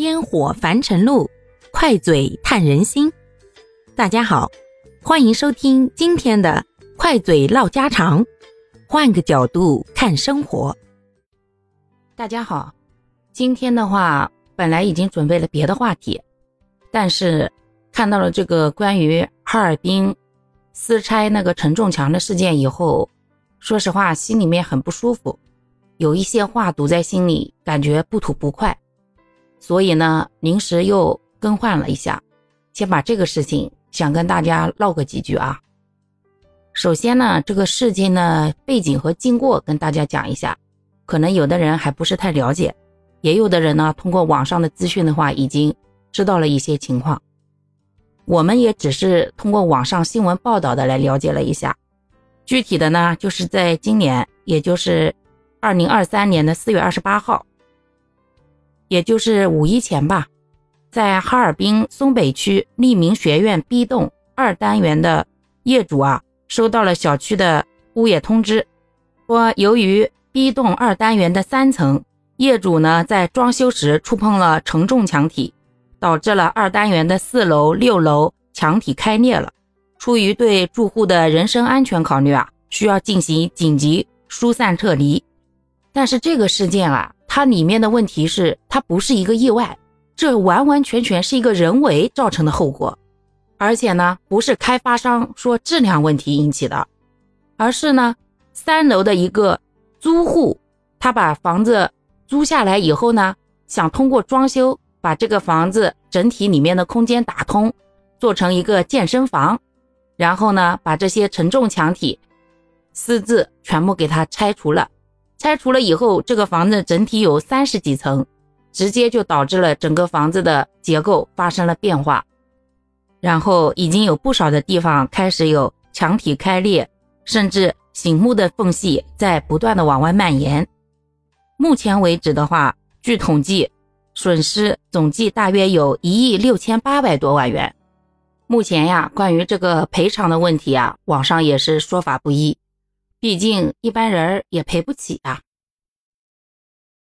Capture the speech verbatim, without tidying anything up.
烟火凡尘路，快嘴探人心。大家好，欢迎收听今天的快嘴唠家常，换个角度看生活。大家好，今天的话本来已经准备了别的话题，但是看到了这个关于哈尔滨私拆那个承重墙的事件以后，说实话心里面很不舒服，有一些话堵在心里，感觉不吐不快，所以呢临时又更换了一下，先把这个事情想跟大家唠个几句啊。首先呢，这个事情呢背景和经过跟大家讲一下，可能有的人还不是太了解，也有的人呢通过网上的资讯的话已经知道了一些情况，我们也只是通过网上新闻报道的来了解了一下。具体的呢就是在今年，也就是二零二三年的四月二十八号，也就是五一前吧，在哈尔滨松北区利民学院 B 栋二单元的业主啊，收到了小区的物业通知，说由于 B 栋二单元的三层，业主呢在装修时触碰了承重墙体，导致了二单元的四楼、六楼墙体开裂了。出于对住户的人身安全考虑啊，需要进行紧急疏散撤离。但是这个事件啊，它里面的问题是它不是一个意外，这完完全全是一个人为造成的后果，而且呢不是开发商说质量问题引起的，而是呢三楼的一个租户，他把房子租下来以后呢，想通过装修把这个房子整体里面的空间打通，做成一个健身房，然后呢把这些承重墙体私自全部给它拆除了。拆除了以后，这个房子整体有三十几层，直接就导致了整个房子的结构发生了变化，然后已经有不少的地方开始有墙体开裂，甚至醒目的缝隙在不断的往外蔓延。目前为止的话，据统计损失总计大约有一亿六千八百多万元。目前呀，关于这个赔偿的问题啊，网上也是说法不一，毕竟一般人也赔不起啊。